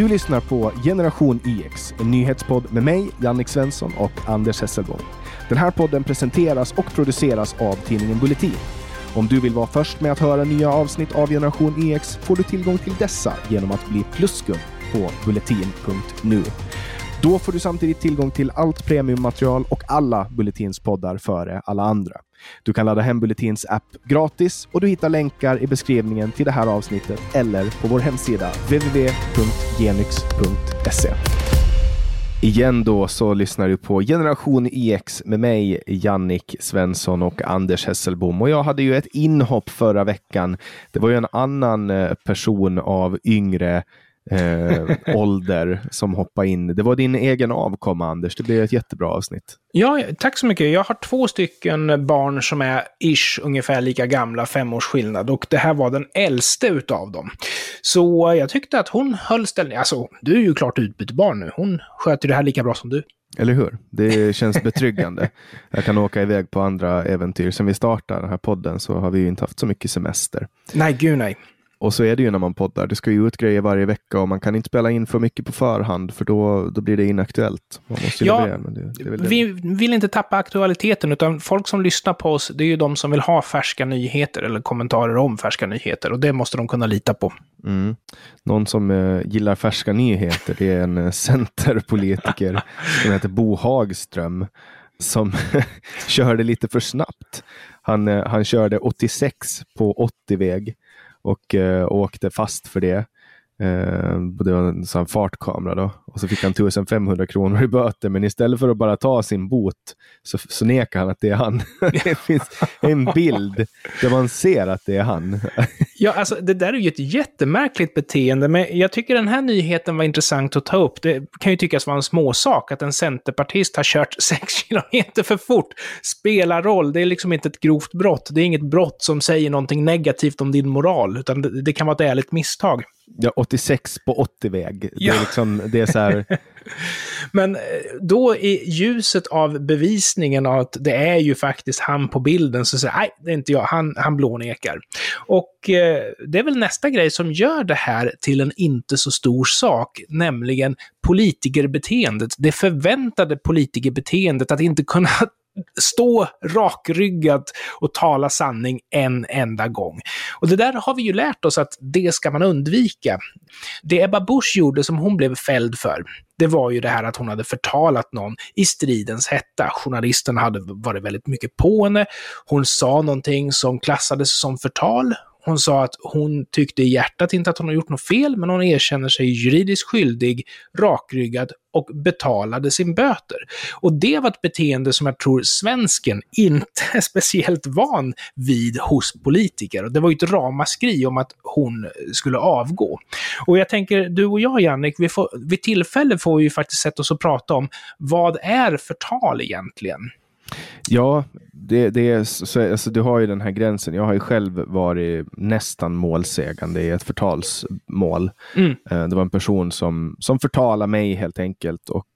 Du lyssnar på Generation EX, en nyhetspodd med mig, Jannik Svensson och Anders Hesselbom. Den här podden presenteras och produceras av tidningen Bulletin. Om du vill vara först med att höra nya avsnitt av Generation EX får du tillgång till dessa genom att bli pluskund på bulletin.nu. Då får du samtidigt tillgång till allt premiummaterial och alla Bulletins poddar före alla andra. Du kan ladda hem Bulletins app gratis och du hittar länkar i beskrivningen till det här avsnittet eller på vår hemsida www.genyx.se. Igen då så lyssnar du på Generation EX med mig, Jannik Svensson och Anders Hesselbom. Och jag hade ju ett inhopp förra veckan. Det var ju en annan person av yngre ålder som hoppade in. Det var din egen avkomma, Anders. Det blev ett jättebra avsnitt. Ja, tack så mycket. Jag har 2 stycken barn som är ungefär lika gamla, 5 års skillnad. Och det här var den äldste utav dem. Så jag tyckte att hon höll ställning. Alltså, du är ju klart utbytebarn nu. Hon sköter det här lika bra som du. Eller hur? Det känns betryggande. Jag kan åka iväg på andra äventyr. Sen vi startar den här podden så har vi ju inte haft så mycket semester. Nej, gud nej. Och så är det ju när man poddar. Det ska ju ut grejer varje vecka och man kan inte spela in för mycket på förhand för då blir det inaktuellt. Man måste ju leverera, men det är väl det. Vi vill inte tappa aktualiteten utan folk som lyssnar på oss, det är ju de som vill ha färska nyheter eller kommentarer om färska nyheter och det måste de kunna lita på. Mm. Någon som gillar färska nyheter, det är en centerpolitiker som heter Bo Hagström som körde lite för snabbt. Han körde 86 på 80-väg. Och åkte fast för det. Det var en sån fartkamera då. Och så fick han 1500 kronor i böter. Men istället för att bara ta sin bot så nekar han att det är han. Det finns en bild där man ser att det är han. Ja, alltså det där är ju ett jättemärkligt beteende. Men jag tycker den här nyheten var intressant att ta upp. Det kan ju tyckas vara en småsak att en centerpartist har kört 6 kilometer för fort. Spelar roll. Det är liksom inte ett grovt brott. Det är inget brott som säger någonting negativt om din moral. Utan det kan vara ett ärligt misstag. Ja, 86 på 80-väg. Ja. Det är liksom, det är så här. Men då i ljuset av bevisningen av att det är ju faktiskt han på bilden så säger nej, det är inte jag, han blånekar. Och det är väl nästa grej som gör det här till en inte så stor sak, nämligen politikerbeteendet. Det förväntade politikerbeteendet att inte kunna stå rakryggat och tala sanning en enda gång. Och det där har vi ju lärt oss att det ska man undvika. Det Ebba Busch gjorde som hon blev fälld för, det var ju det här att hon hade förtalat någon i stridens hetta. Journalisten hade varit väldigt mycket på henne. Hon sa någonting som klassades som förtal. Hon sa att hon tyckte i hjärtat inte att hon har gjort något fel, men hon erkänner sig juridiskt skyldig, rakryggad och betalade sin böter. Och det var ett beteende som jag tror svensken inte är speciellt van vid hos politiker. Och det var ju ett ramaskri om att hon skulle avgå. Och jag tänker, du och jag, Jannik, vid tillfälle får vi ju faktiskt sätta oss och prata om vad är förtal egentligen? Ja, det är så, alltså, du har ju den här gränsen. Jag har ju själv varit nästan målsägande i ett förtalsmål. Det var en person som förtalade mig helt enkelt och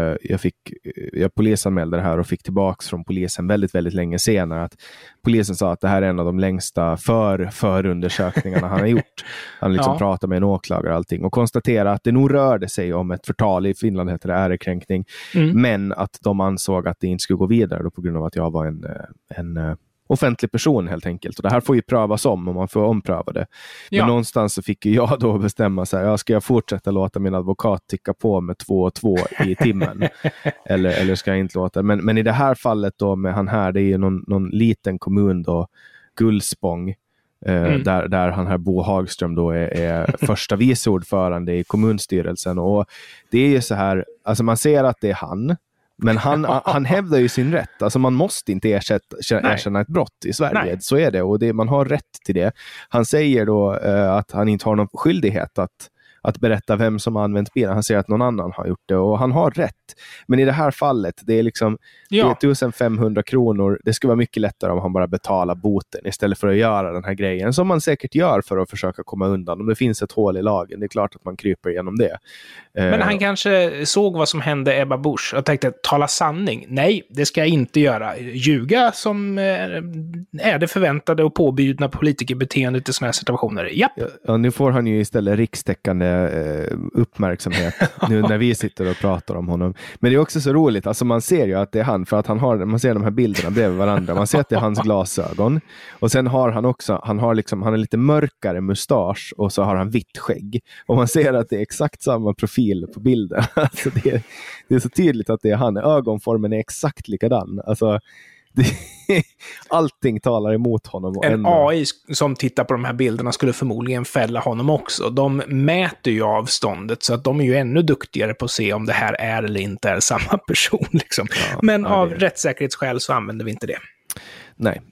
jag polisanmälde det här och fick tillbaks från polisen väldigt, väldigt länge senare att polisen sa att det här är en av de längsta förundersökningarna han har gjort. Han liksom pratade med en åklagare och allting och konstaterade att det nog rörde sig om ett förtal. I Finland heter det ärekränkning, men att de ansåg att det inte skulle gå vidare då på grund av att jag var en offentlig person helt enkelt. Och det här får ju prövas om och man får ompröva det. Men någonstans så fick jag då bestämma så här, ska jag fortsätta låta min advokat ticka på med 2 och 2 i timmen? eller ska jag inte låta? Men i det här fallet då med han här, det är ju någon liten kommun då, Gullspång, där han här Bo Hagström då är första vice ordförande i kommunstyrelsen. Och det är ju så här, alltså man ser att det är han. Men han hävdar ju sin rätt. Alltså man måste inte erkänna ett brott i Sverige. Nej. Så är det. Och man har rätt till det. Han säger då att han inte har någon skyldighet att berätta vem som har använt bilen. Han säger att någon annan har gjort det. Och han har rätt. Men i det här fallet, det är liksom det är 1500 kronor. Det skulle vara mycket lättare om han bara betalar boten istället för att göra den här grejen. Som man säkert gör för att försöka komma undan. Om det finns ett hål i lagen, det är klart att man kryper igenom det. Men han kanske såg vad som hände Ebba Busch och tänkte, tala sanning. Nej, det ska jag inte göra. Ljuga som är det förväntade och påbjudna politikerbeteendet i såna här situationer. Japp. Ja, nu får han ju istället rikstäckande uppmärksamhet nu när vi sitter och pratar om honom. Men det är också så roligt, alltså man ser ju att det är han, för att man ser de här bilderna bredvid varandra, man ser att det är hans glasögon, och sen har han också, han har lite mörkare mustasch och så har han vitt skägg, och man ser att det är exakt samma profil på bilden. Alltså det är så tydligt att det är han, ögonformen är exakt likadan, alltså allting talar emot honom. Och en AI som tittar på de här bilderna skulle förmodligen fälla honom också. De mäter ju avståndet, så att de är ju ännu duktigare på att se om det här är eller inte är samma person. Liksom. Ja, men av rättssäkerhetsskäl så använder vi inte det. Nej,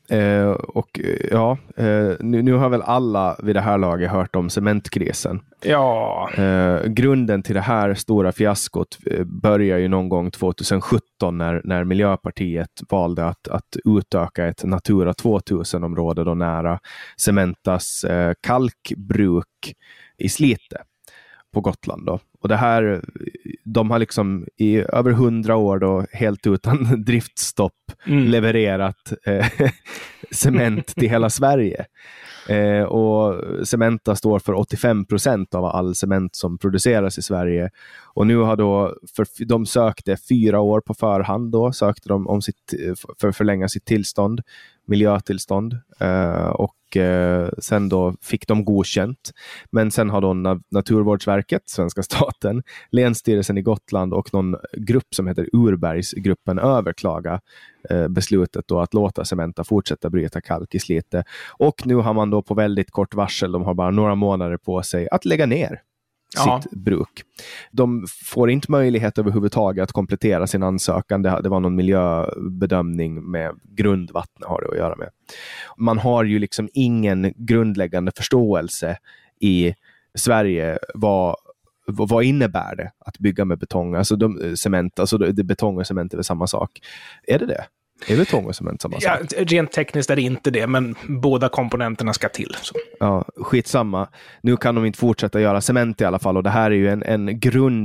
nu har väl alla vid det här laget hört om cementkrisen. Ja. Grunden till det här stora fiaskot börjar ju någon gång 2017 när Miljöpartiet valde att utöka ett Natura 2000-område då nära Cementas kalkbruk i Slite på Gotland då. Och det här, de har liksom i över 100 år då helt utan driftstopp levererat cement till hela Sverige. Och Cementa står för 85% av all cement som produceras i Sverige. Och nu har då, de sökte 4 år på förhand då, sökte de om för att förlänga sitt tillstånd, miljötillstånd, och sen då fick de godkänt. Men sen har då Naturvårdsverket, svenska staten, Länsstyrelsen i Gotland och någon grupp som heter Urbergsgruppen överklaga beslutet då att låta Cementa fortsätta bryta kalk i Slite. Och nu har man då på väldigt kort varsel, de har bara några månader på sig att lägga ner sitt bruk. De får inte möjlighet överhuvudtaget att komplettera sin ansökan. Det var någon miljöbedömning med grundvatten har det att göra med. Man har ju liksom ingen grundläggande förståelse i Sverige vad innebär det att bygga med betong? Alltså cement, alltså betong och cement är väl samma sak. Är det? Är betong och cement samma sak? Ja, rent tekniskt är det inte det, men båda komponenterna ska till. Så. Ja, skitsamma. Nu kan de inte fortsätta göra cement i alla fall, och det här är ju en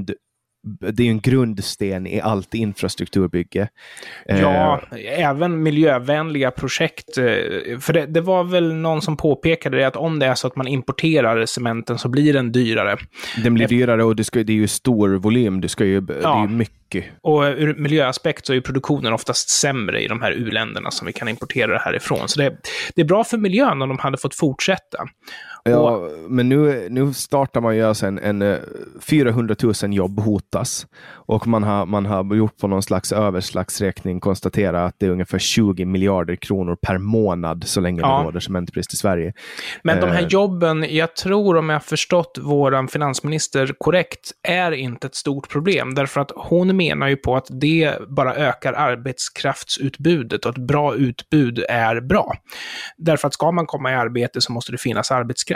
grundsten i allt infrastrukturbygge. Ja, även miljövänliga projekt. För det var väl någon som påpekade det, att om det är så att man importerar cementen så blir den dyrare. Den blir dyrare, och det är ju stor volym. Det är ju mycket. Och ur miljöaspekt så är produktionen oftast sämre i de här u-länderna som vi kan importera det härifrån. Så det är bra för miljön om de hade fått fortsätta. Ja, men nu startar man ju alltså en 400 000 jobb hotas, och man har gjort på någon slags överslagsräkning konstatera att det är ungefär 20 miljarder kronor per månad så länge det råder cementbrist i Sverige. Men de här jobben, jag tror, om jag har förstått våran finansminister korrekt, är inte ett stort problem, därför att hon menar ju på att det bara ökar arbetskraftsutbudet, och ett bra utbud är bra. Därför att ska man komma i arbete så måste det finnas arbetskraft.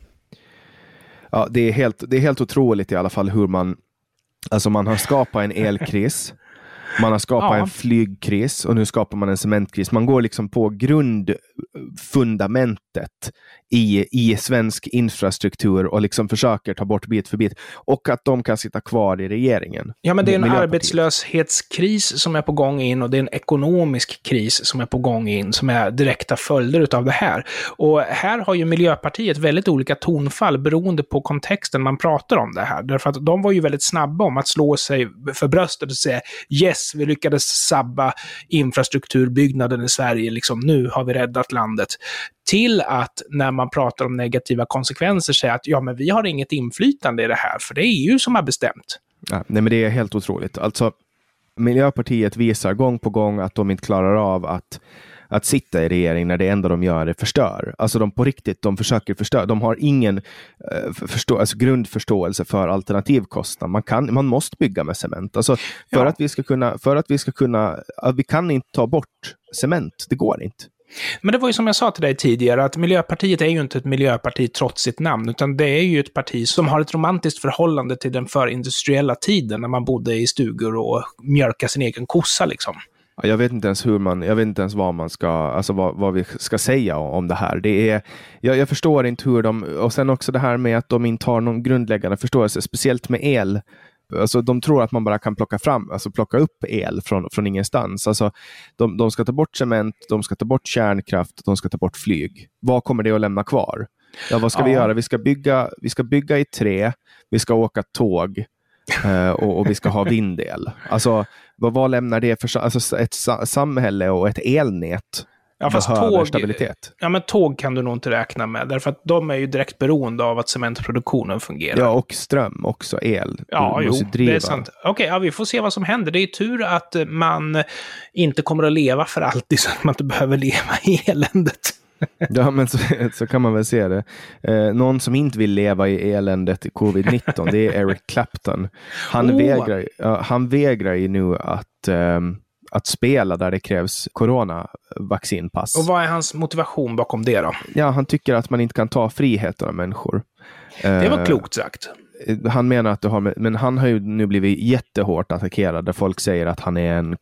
Ja, det är helt otroligt i alla fall hur man har skapat en elkris, man har skapat en flygkris, och nu skapar man en cementkris. Man går liksom på grundfundamentet i svensk infrastruktur och liksom försöker ta bort bit för bit, och att de kan sitta kvar i regeringen. Ja, men det är en arbetslöshetskris som är på gång in, och det är en ekonomisk kris som är på gång in, som är direkta följder utav det här. Och här har ju Miljöpartiet väldigt olika tonfall beroende på kontexten man pratar om det här. Därför att de var ju väldigt snabba om att slå sig för bröstet och säga yes, vi lyckades sabba infrastrukturbyggnaden i Sverige, liksom nu har vi räddat landet. Till att när man pratar om negativa konsekvenser säga att men vi har inget inflytande i det här, för det är EU som har bestämt. Ja, nej, men det är helt otroligt. Alltså, Miljöpartiet visar gång på gång att de inte klarar av att sitta i regering när det enda de gör är förstör. Alltså de försöker förstöra. De har ingen grundförståelse för alternativkostnad. Man måste bygga med cement. Alltså vi kan inte ta bort cement. Det går inte. Men det var ju som jag sa till dig tidigare, att Miljöpartiet är ju inte ett miljöparti trots sitt namn, utan det är ju ett parti som har ett romantiskt förhållande till den förindustriella tiden när man bodde i stugor och mjölka sin egen kossa liksom. Jag vet inte ens vad man ska, alltså vad vi ska säga om det här. Jag förstår inte hur och sen också det här med att de inte har någon grundläggande förståelse, speciellt med el. Alltså de tror att man bara kan plocka upp el från ingenstans. Alltså de ska ta bort cement, de ska ta bort kärnkraft, de ska ta bort flyg. Vad kommer det att lämna kvar? Ja, vad ska vi göra? Vi ska bygga i trä, vi ska åka tåg och vi ska ha vinddel. Alltså, vad lämnar det för ett samhälle och ett elnät? Ja, fast stabilitet. Ja, men tåg kan du nog inte räkna med. Därför att de är ju direkt beroende av att cementproduktionen fungerar. Ja, och ström också, el. Ja, det är sant. Okej, ja, vi får se vad som händer. Det är tur att man inte kommer att leva för alltid så att man inte behöver leva i eländet. Ja, men så kan man väl se det. Någon som inte vill leva i eländet i covid-19, det är Eric Clapton. Han vägrar ju nu att spela där det krävs coronavaccinpass. Och vad är hans motivation bakom det då? Ja, han tycker att man inte kan ta friheter av människor. Det var klokt sagt. Han menar att men han har ju nu blivit jättehårt attackerad där folk säger att han är en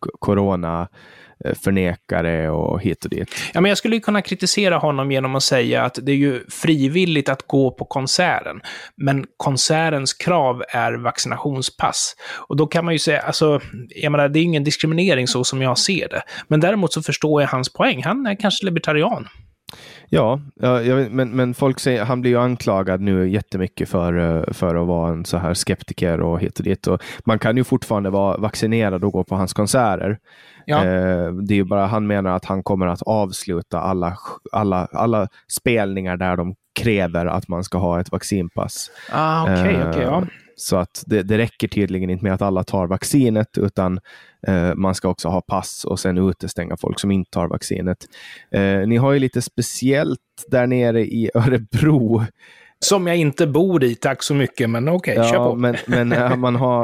coronaförnekare och hit och dit. Ja, men jag skulle ju kunna kritisera honom genom att säga att det är ju frivilligt att gå på konserten. Men konsertens krav är vaccinationspass. Och då kan man ju säga, alltså, jag menar, det är ingen diskriminering så som jag ser det. Men däremot så förstår jag hans poäng. Han är kanske libertarian. Ja, men folk säger, han blir ju anklagad nu jättemycket för att vara en så här skeptiker och hit och dit. Och man kan ju fortfarande vara vaccinerad och gå på hans konserter. Ja. Det är ju bara, han menar att han kommer att avsluta alla spelningar där de kräver att man ska ha ett vaccinpass. Okej, ja. Så att det räcker tydligen inte med att alla tar vaccinet, utan man ska också ha pass och sen utestänga folk som inte tar vaccinet. Ni har ju lite speciellt där nere i Örebro. Som jag inte bor i, tack så mycket, men okej, kör på. Men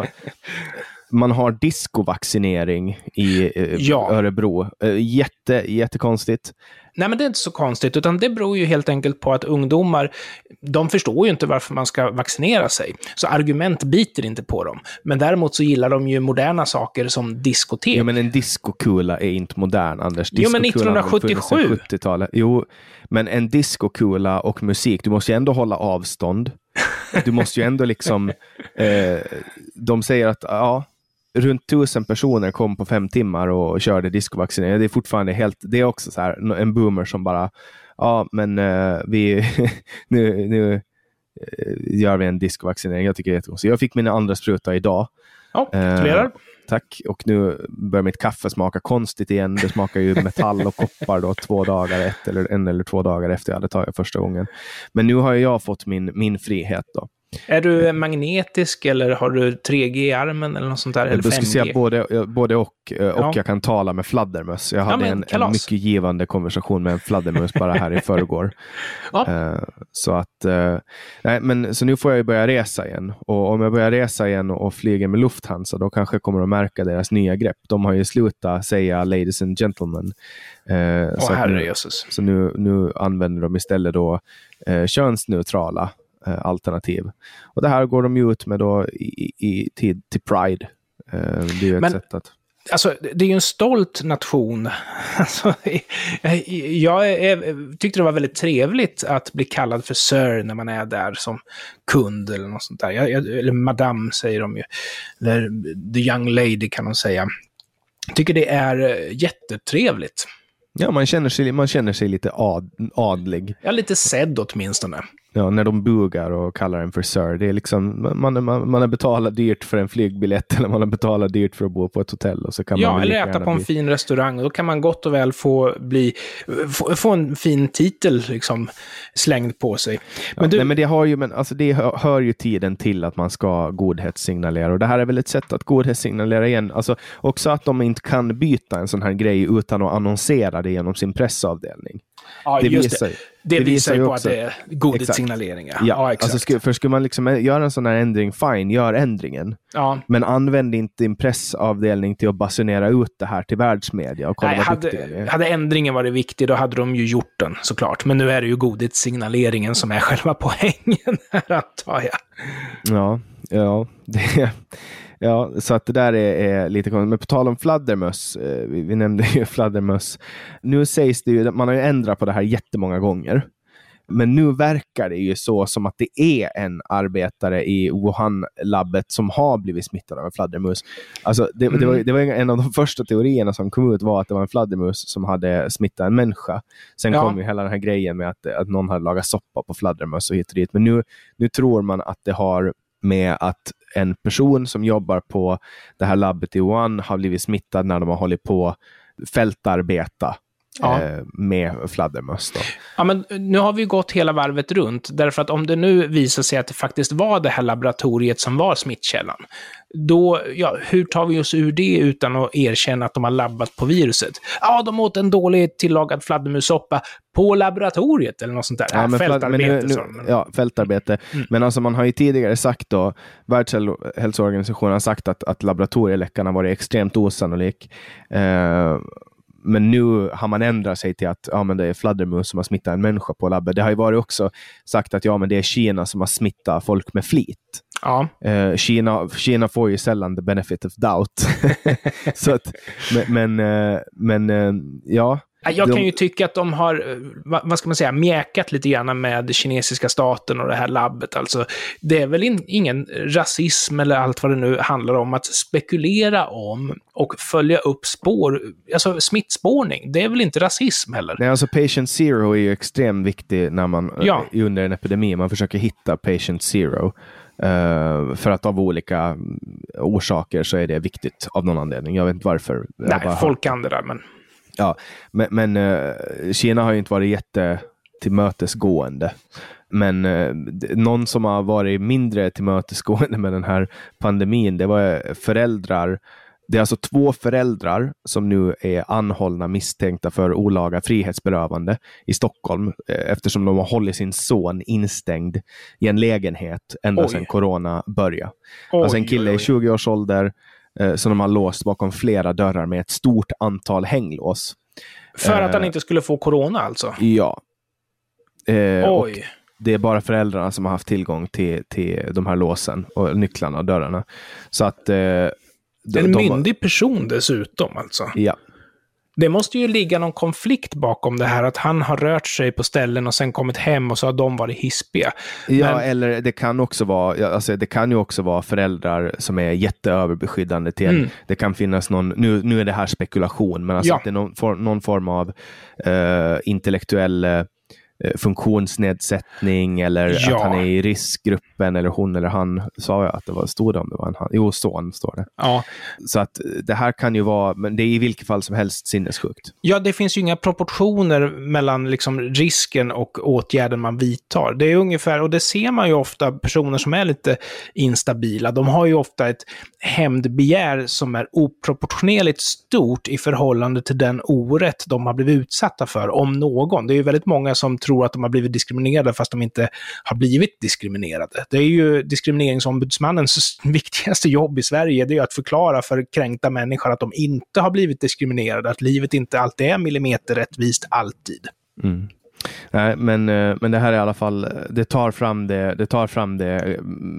man har diskovaccinering i Örebro. Jättekonstigt. Nej, men det är inte så konstigt, utan det beror ju helt enkelt på att ungdomar, de förstår ju inte varför man ska vaccinera sig. Så argument biter inte på dem. Men däremot så gillar de ju moderna saker som diskotek. Jo, men en diskokula är inte modern, Anders. Jo, men 1977. 70-talet. Jo, men en diskokula och musik, du måste ju ändå hålla avstånd. Du måste ju ändå liksom... de säger att, runt 1000 personer kom på 5 timmar och körde diskovaccinering. Det är fortfarande det är också så här en boomer som bara, vi nu gör vi en diskovaccinering. Jag tycker det är jättekonstigt. Jag fick min andra spruta idag. Ja, gratulerar. Tack. Och nu börjar mitt kaffe smaka konstigt igen. Det smakar ju metall och koppar då 2 dagar, en eller 2 dagar efter jag hade tagit första gången. Men nu har jag fått min frihet då. Är du magnetisk eller har du 3G i armen eller något sånt där? Eller 5G? Du ska säga både och jag kan tala med fladdermöss. Jag hade en mycket givande konversation med en fladdermöss bara här i förrgår. Så nu får jag ju börja resa igen. Och om jag börjar resa igen och flyger med Lufthansa, då kanske jag kommer att märka deras nya grepp. De har ju slutat säga ladies and gentlemen. Så nu använder de istället då könsneutrala alternativ. Och det här går de ju ut med då i tid till Pride. Det är ju ett sätt att... Alltså, det är ju en stolt nation. Alltså, jag tyckte det var väldigt trevligt att bli kallad för sir när man är där som kund eller något sånt där. Eller madame säger de ju. Eller the young lady kan de säga. Jag tycker det är jättetrevligt. Ja, man känner sig lite adlig. Ja, lite sedd åtminstone. Ja, när de bugar och kallar en för sir. Det är liksom, man har betalat dyrt för en flygbiljett eller man har betalat dyrt för att bo på ett hotell. Och så kan man eller äta på en fin restaurang. Och då kan man gott och väl få en fin titel liksom slängd på sig. Men det hör ju tiden till att man ska godhetssignalera. Och det här är väl ett sätt att godhetssignalera igen. Alltså också att de inte kan byta en sån här grej utan att annonsera det genom sin pressavdelning. Ja, det visar ju på att det är godhetssignalering. Ja, exakt. Alltså, skulle man liksom göra en sån här ändring, fine, gör ändringen. Ja. Men använd inte din pressavdelning till att basunera ut det här till världsmedia. Och hade ändringen varit viktig, då hade de ju gjort den, såklart. Men nu är det ju godhetssignaleringen som är själva poängen här, antar jag. Ja, så att det där är lite konstigt. Men på tal om fladdermöss, vi nämnde ju fladdermöss. Nu sägs det ju, man har ju ändrat på det här jättemånga gånger. Men nu verkar det ju så som att det är en arbetare i Wuhan-labbet som har blivit smittad av en fladdermus. Alltså det var en av de första teorierna som kom ut, var att det var en fladdermus som hade smittat en människa. Sen kom ju hela den här grejen med att någon hade lagat soppa på fladdermus och hit och dit. Men nu tror man att det har med att en person som jobbar på det här labbet i Wuhan har blivit smittad när de har hållit på fältarbeta med fladdermöss då. Ja, men nu har vi gått hela varvet runt, därför att om det nu visar sig att det faktiskt var det här laboratoriet som var smittkällan, då, hur tar vi oss ur det utan att erkänna att de har labbat på viruset? Ja, de åt en dåligt tillagad fladdermussoppa på laboratoriet eller något sånt där. Ja, men fältarbete. Fältarbete. Men alltså man har ju tidigare sagt då, Världshälsoorganisationen har sagt att laboratorieläckan har varit extremt osannolik. Men nu har man ändrat sig till att men det är fladdermus som har smittat en människa på labbet. Det har ju varit också sagt att men det är Kina som har smittat folk med flit. Ja. Kina får ju sällan the benefit of doubt. Så att, ja. Jag kan ju tycka att de har, vad ska man säga, mjäkat lite grann med kinesiska staten och det här labbet. Alltså, det är väl ingen rasism eller allt vad det nu handlar om att spekulera om och följa upp spår, alltså smittspårning. Det är väl inte rasism heller? Nej, alltså patient zero är ju extremt viktig när man under en epidemi, man försöker hitta patient zero. För att av olika orsaker så är det viktigt av någon anledning. Jag vet inte varför. Nej, folk kan det där, men... Ja, men Kina har ju inte varit jättetillmötesgående. Men någon som har varit mindre tillmötesgående med den här pandemin, det var föräldrar. Det är alltså 2 föräldrar som nu är anhållna misstänkta för olaga frihetsberövande i Stockholm, eftersom de har hållit sin son instängd i en lägenhet ända sedan corona började. Alltså en kille i 20-års ålder som de har låst bakom flera dörrar med ett stort antal hänglås. För att han inte skulle få corona alltså? Ja. Och det är bara föräldrarna som har haft tillgång till de här låsen och nycklarna och dörrarna. Så att... en myndig person dessutom alltså? Ja. Det måste ju ligga någon konflikt bakom det här, att han har rört sig på ställen och sen kommit hem och så har de varit hispiga. Ja, eller det kan också vara, alltså det kan ju också vara föräldrar som är jätteöverbeskyddande till det kan finnas någon, nu är det här spekulation, men alltså att det är någon form av intellektuell funktionsnedsättning eller att han är i riskgruppen, eller hon eller han, sa jag att det stod om det var en han. Jo, son står det. Ja. Så att det här kan ju vara, men det är i vilket fall som helst sinnessjukt. Ja, det finns ju inga proportioner mellan liksom risken och åtgärden man vidtar. Det är ungefär, och det ser man ju ofta, personer som är lite instabila, de har ju ofta ett hämndbegär som är oproportionerligt stort i förhållande till den orätt de har blivit utsatta för, om någon. Det är ju väldigt många som tror att de har blivit diskriminerade fast de inte har blivit diskriminerade. Det är ju diskrimineringsombudsmannens viktigaste jobb i Sverige, det är att förklara för kränkta människor att de inte har blivit diskriminerade, att livet inte alltid är millimeterrättvist alltid. Mm. Nej, men det här är i alla fall, det tar fram det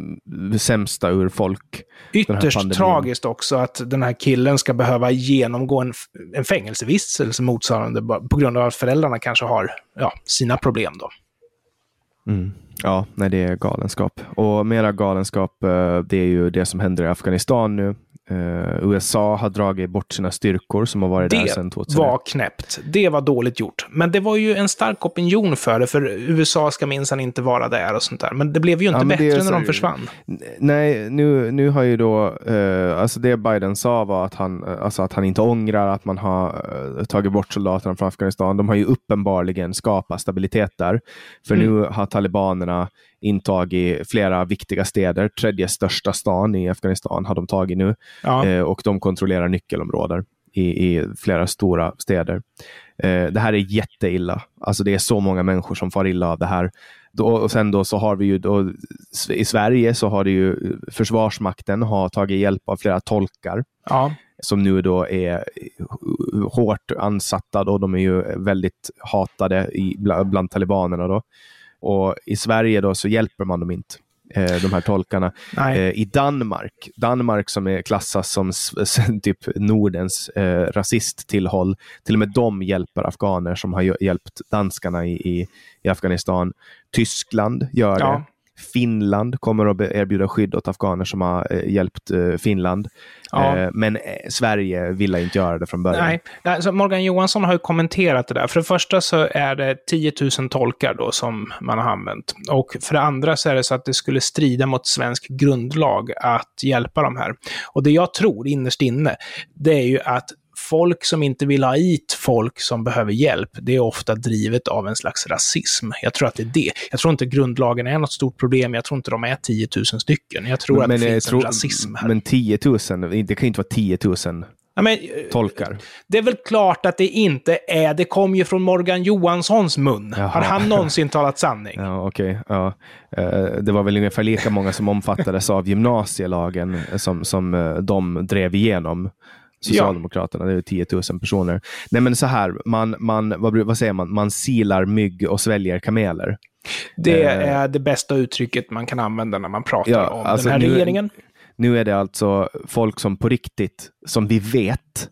sämsta ur folk. Ytterst tragiskt också att den här killen ska behöva genomgå en fängelsevistelse motsvarande på grund av att föräldrarna kanske har sina problem då. Mm. Ja, nej, det är galenskap. Och mera galenskap, det är ju det som händer i Afghanistan nu. USA har dragit bort sina styrkor som har varit där sedan 2001. Det var knäppt. Det var dåligt gjort. Men det var ju en stark opinion för det, för USA ska minsann inte vara där och sånt där. Men det blev ju inte bättre när de försvann. Nej, nu har ju då alltså det Biden sa var att han inte ångrar att man har tagit bort soldaterna från Afghanistan. De har ju uppenbarligen skapat stabilitet där. För nu har talibanerna intagit flera viktiga städer. 3:e största stan i Afghanistan har de tagit nu. Ja. Och de kontrollerar nyckelområden i flera stora städer. Det här är jätteilla. Alltså det är så många människor som far illa av det här. Och sen då så har vi ju då, i Sverige så har det ju Försvarsmakten har tagit hjälp av flera tolkar. Ja. Som nu då är hårt ansatta och de är ju väldigt hatade bland talibanerna då. Och i Sverige då så hjälper man dem inte. de här tolkarna. I Danmark som är klassas som typ Nordens rasisttillhåll, till och med de hjälper afghaner som har hjälpt danskarna i Afghanistan. Tyskland gör det. Finland kommer att erbjuda skydd åt afghaner som har hjälpt Finland. Men Sverige ville inte göra det från början. Nej, alltså Morgan Johansson har ju kommenterat det där. För det första så är det 10 000 tolkar då som man har använt. Och för det andra så är det så att det skulle strida mot svensk grundlag att hjälpa de här. Och det jag tror innerst inne, det är ju att folk som inte vill ha hit folk som behöver hjälp, det är ofta drivet av en slags rasism. Jag tror att det är det. Jag tror inte grundlagen är något stort problem. Jag tror inte de är 10 000 stycken. Jag tror att det finns en rasism här. Men 10 000, det kan inte vara 10 000 tolkar. Det är väl klart att det inte är. Det kom ju från Morgan Johanssons mun. Jaha. Har han någonsin talat sanning? Ja, okej. Ja. Det var väl ungefär lika många som omfattades av gymnasielagen som de drev igenom. Socialdemokraterna, det är 10 000 personer. Nej, men så här, vad säger man? Man silar mygg och sväljer kameler. Det är det bästa uttrycket man kan använda när man pratar om alltså den här regeringen. Nu är det alltså folk som på riktigt, som vi vet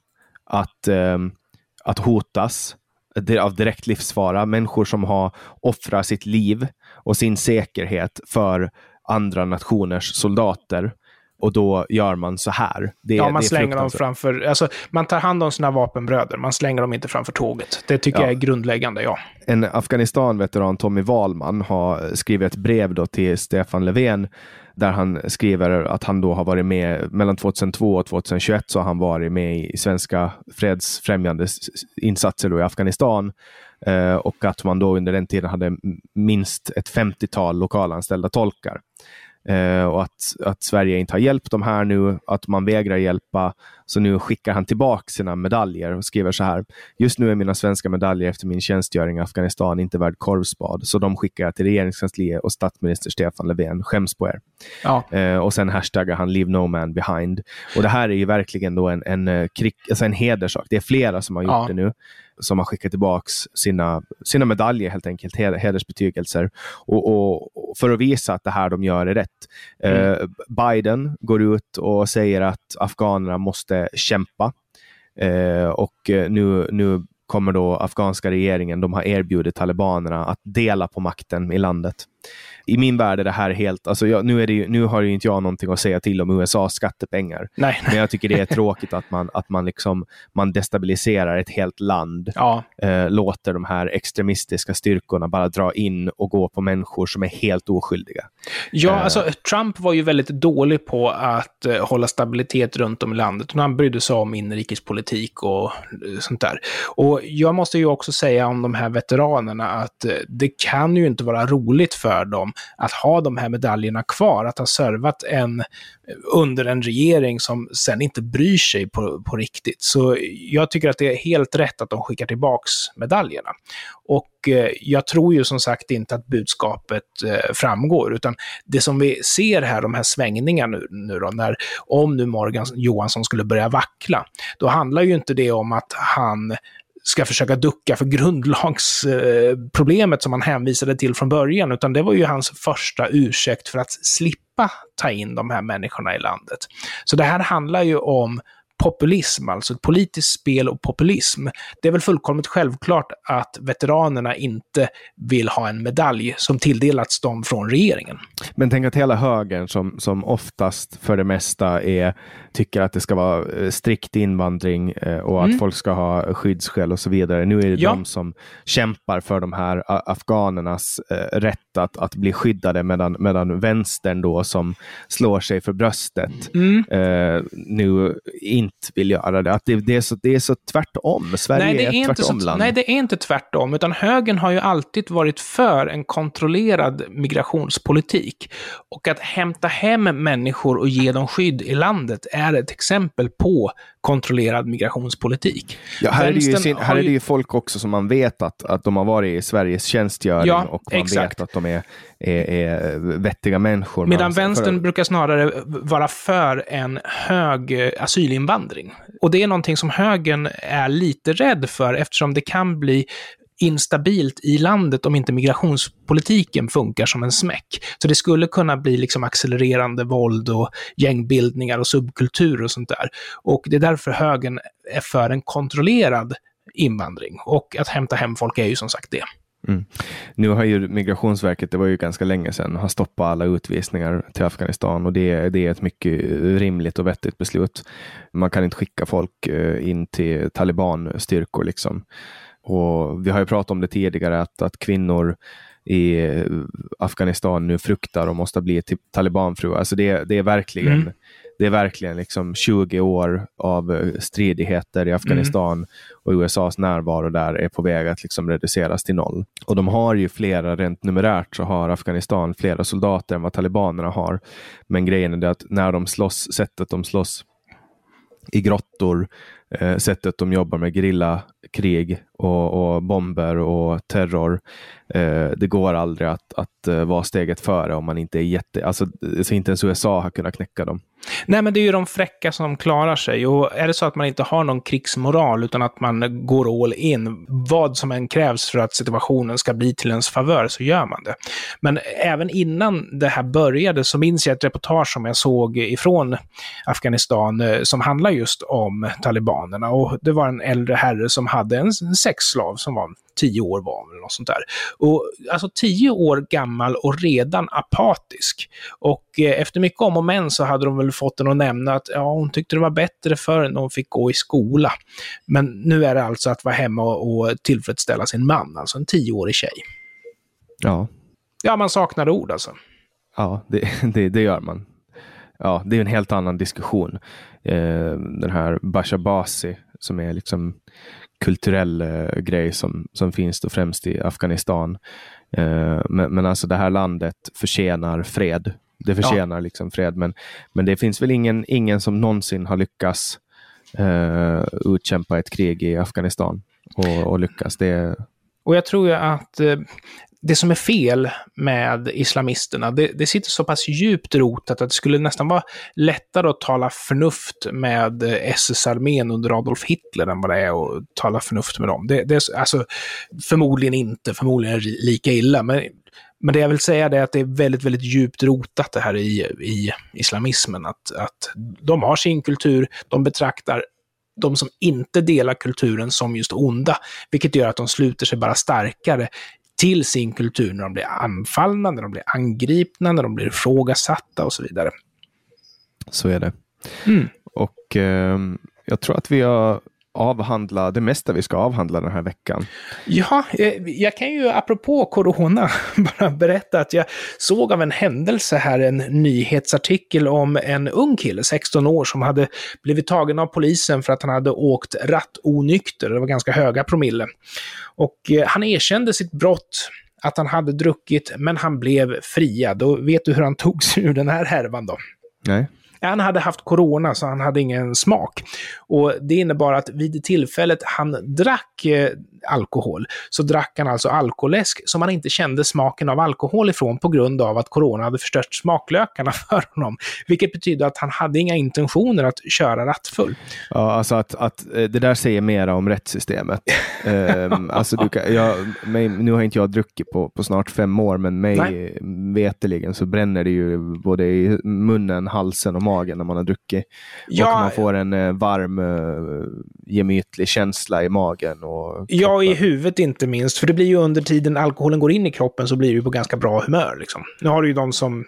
att hotas av direkt livsfara. Människor som har offrat sitt liv och sin säkerhet för andra nationers soldater. Och då gör man så här. Man slänger dem framför... Alltså, man tar hand om sina vapenbröder. Man slänger dem inte framför tåget. Det tycker jag är grundläggande, En Afghanistan-veteran, Tommy Wahlman, har skrivit ett brev då till Stefan Löfven där han skriver att han då har varit med mellan 2002 och 2021, så har han varit med i svenska fredsfrämjande insatser då i Afghanistan. Och att man då under den tiden hade minst ett 50-tal lokalanställda tolkar. Och att Sverige inte har hjälpt dem här nu, att man vägrar hjälpa, så nu skickar han tillbaka sina medaljer och skriver så här: just nu är mina svenska medaljer efter min tjänstgöring i Afghanistan inte värd korvspad, så de skickar jag till regeringskansliet och statsminister Stefan Löfven, skäms på er. Och sen hashtaggar han Leave No Man Behind. Och det här är ju verkligen då en hederssak. Det är flera som har gjort det nu, som har skickat tillbaks sina medaljer, helt enkelt, hedersbetygelser, och för att visa att det här de gör är rätt. Biden går ut och säger att afghanerna måste kämpa, och nu kommer då afghanska regeringen, de har erbjudit talibanerna att dela på makten i landet. I min värld är det här helt, alltså nu har ju inte jag någonting att säga till om USAs skattepengar. Nej. Men jag tycker det är tråkigt att man destabiliserar ett helt land. Låter de här extremistiska styrkorna bara dra in och gå på människor som är helt oskyldiga. Alltså Trump var ju väldigt dålig på att hålla stabilitet runt om i landet. Han brydde sig om inrikespolitik och sånt där. Och jag måste ju också säga om de här veteranerna att det kan ju inte vara roligt för dem att ha de här medaljerna kvar, att ha servat under en regering som sen inte bryr sig på riktigt. Så jag tycker att det är helt rätt att de skickar tillbaks medaljerna. Och jag tror ju som sagt inte att budskapet framgår, utan det som vi ser här, de här svängningarna nu då, om nu Morgan Johansson skulle börja vackla, då handlar ju inte det om att han ska försöka ducka för grundlagsproblemet som han hänvisade till från början, utan det var ju hans första ursäkt för att slippa ta in de här människorna i landet. Så det här handlar ju om populism, alltså ett politiskt spel och populism. Det är väl fullkomligt självklart att veteranerna inte vill ha en medalj som tilldelats dem från regeringen. Men tänk att hela högern som oftast för det mesta tycker att det ska vara strikt invandring och att folk ska ha skyddsskäl och så vidare. Nu är det de som kämpar för de här afghanernas rätt att bli skyddade, medan vänstern då som slår sig för bröstet nu inte vill göra det. Att det är så tvärtom. Sverige är ett tvärtomland. Nej, det är inte tvärtom, utan högern har ju alltid varit för en kontrollerad migrationspolitik. Och att hämta hem människor och ge dem skydd i landet är ett exempel på kontrollerad migrationspolitik. Ja, här är det ju folk också som man vet att de har varit i Sveriges tjänstgöring, och man vet att de är vettiga människor. Medan vänstern brukar snarare vara för en hög asylinvandring. Och det är någonting som högern är lite rädd för, eftersom det kan bli instabilt i landet om inte migrationspolitiken funkar som en smäck. Så det skulle kunna bli liksom accelererande våld och gängbildningar och subkultur och sånt där. Och det är därför högern är för en kontrollerad invandring. Och att hämta hem folk är ju som sagt det. Mm. Nu har ju Migrationsverket, det var ju ganska länge sedan, har stoppat alla utvisningar till Afghanistan, och det är ett mycket rimligt och vettigt beslut. Man kan inte skicka folk in till Taliban-styrkor liksom. Och vi har ju pratat om det tidigare att kvinnor i Afghanistan nu fruktar och måste bli talibanfruar. Alltså det är verkligen det är verkligen liksom 20 år av stridigheter i Afghanistan och USAs närvaro där är på väg att liksom reduceras till noll. Och de har ju flera, rent numerärt så har Afghanistan flera soldater än vad talibanerna har. Men grejen är det att när de slåss, sättet de slåss i grottor, sättet de jobbar med gerillakrig och bomber och terror, det går aldrig att vara steget före om man inte är alltså inte ens USA har kunnat knäcka dem. Nej, men det är ju de fräcka som klarar sig, och är det så att man inte har någon krigsmoral utan att man går all in, vad som än krävs för att situationen ska bli till ens favör, så gör man det. Men även innan det här började så minns jag ett reportage som jag såg ifrån Afghanistan som handlar just om talibanerna, och det var en äldre herre som hade en sexslav som var 10 år var eller något sånt där. Och alltså 10 år gammal och redan apatisk. Och efter mycket om och men så hade de väl fått den att nämna att hon tyckte det var bättre förr när hon fick gå i skola. Men nu är det alltså att vara hemma och tillfredsställa sin man, alltså en 10-årig tjej. Ja. Ja, man saknar ord alltså. Ja, det gör man. Ja, det är en helt annan diskussion. Den här Bashabasi som är liksom kulturell grej som finns då främst i Afghanistan. Men alltså det här landet förtjänar fred. Det förtjänar liksom fred. Men det finns väl ingen som någonsin har lyckats utkämpa ett krig i Afghanistan och lyckas. Och jag tror ju att det som är fel med islamisterna, det sitter så pass djupt rotat att det skulle nästan vara lättare att tala förnuft med SS-armén under Adolf Hitler än vad det är att tala förnuft med dem. Det är alltså förmodligen lika illa, men det jag vill säga är att det är väldigt, väldigt djupt rotat det här i islamismen, att de har sin kultur, de betraktar de som inte delar kulturen som just onda, vilket gör att de sluter sig bara starkare till sin kultur när de blir anfallna, när de blir angripna, när de blir ifrågasatta och så vidare. Så är det. Och jag tror att vi har avhandlat det mesta vi ska avhandla den här veckan. Ja, jag kan ju apropå corona bara berätta att jag såg av en händelse här en nyhetsartikel om en ung kille, 16 år, som hade blivit tagen av polisen för att han hade åkt rattonykter. Det var ganska höga promille. Och han erkände sitt brott, att han hade druckit, men han blev friad. Och vet du hur han tog sig ur den här härvan då? Nej. Han hade haft corona så han hade ingen smak. Och det innebar att vid tillfället han drack alkohol så drack han alltså alkoläsk som han inte kände smaken av alkohol ifrån på grund av att corona hade förstört smaklökarna för honom. Vilket betyder att han hade inga intentioner att köra rattfull. Ja, alltså att det där säger mera om rättssystemet. Alltså nu har inte jag druckit på snart 5 år, men mig veteligen så bränner det ju både i munnen, halsen och magen när man har druckit. Och man får en varm, gemytlig känsla i magen. Och ja, i huvudet inte minst. För det blir ju under tiden alkoholen går in i kroppen så blir det ju på ganska bra humör. Liksom. Nu har du ju de som,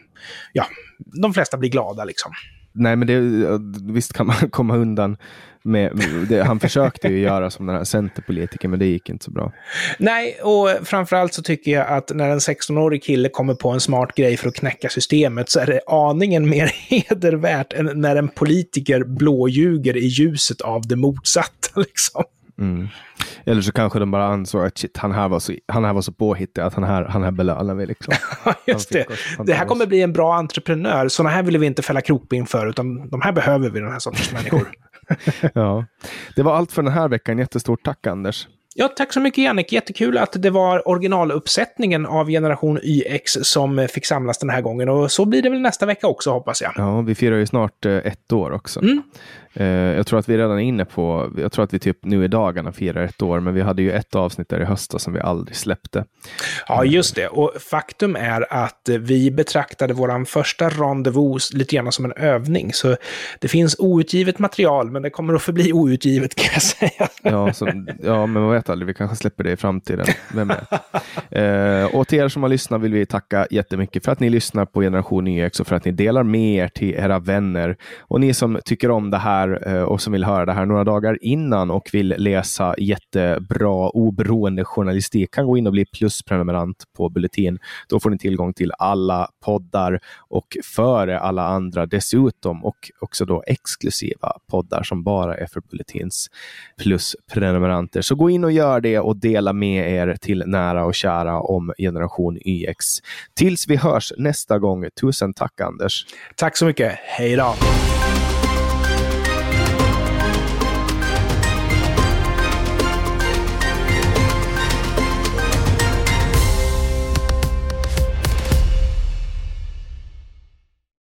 de flesta blir glada liksom. Nej, men visst kan man komma undan med det. Han försökte ju göra som den här centerpolitiker, men det gick inte så bra. Nej, och framförallt så tycker jag att när en 16-årig kille kommer på en smart grej för att knäcka systemet så är det aningen mer hedervärt än när en politiker blåljuger i ljuset av det motsatta liksom. Mm. Eller så kanske de bara ansåg att shit, han här var så påhittig att han här belönar vi liksom. Just det. Det här kommer bli en bra entreprenör. Såna här vill vi inte fälla krokben för, utan de här behöver vi, den här sortens människor. Ja. Det var allt för den här veckan. Jättestort tack, Anders. Ja, tack så mycket Jannik. Jättekul att det var originaluppsättningen av Generation YX som fick samlas den här gången. Och så blir det väl nästa vecka också, hoppas jag. Ja, vi firar ju snart 1 år också. Jag tror att vi redan är inne på, jag tror att vi typ nu i dagarna firar 1 år, men vi hade ju ett avsnitt där i höstas som vi aldrig släppte. Ja, just det. Och faktum är att vi betraktade våran första rendezvous lite grann som en övning. Så det finns outgivet material, men det kommer att förbli outgivet, kan jag säga. Ja, men man vet aldrig, vi kanske släpper det i framtiden. Vem vet? Och till er som har lyssnat vill vi tacka jättemycket för att ni lyssnar på Generation YX och för att ni delar med er till era vänner. Och ni som tycker om det här och som vill höra det här några dagar innan och vill läsa jättebra oberoende journalistik kan gå in och bli plusprenumerant på Bulletin. Då får ni tillgång till alla poddar och före alla andra dessutom, och också då exklusiva poddar som bara är för Bulletins plusprenumeranter. Så gå in och gör det och dela med er till nära och kära om Generation YX. Tills vi hörs nästa gång. Tusen tack, Anders. Tack så mycket. Hej då.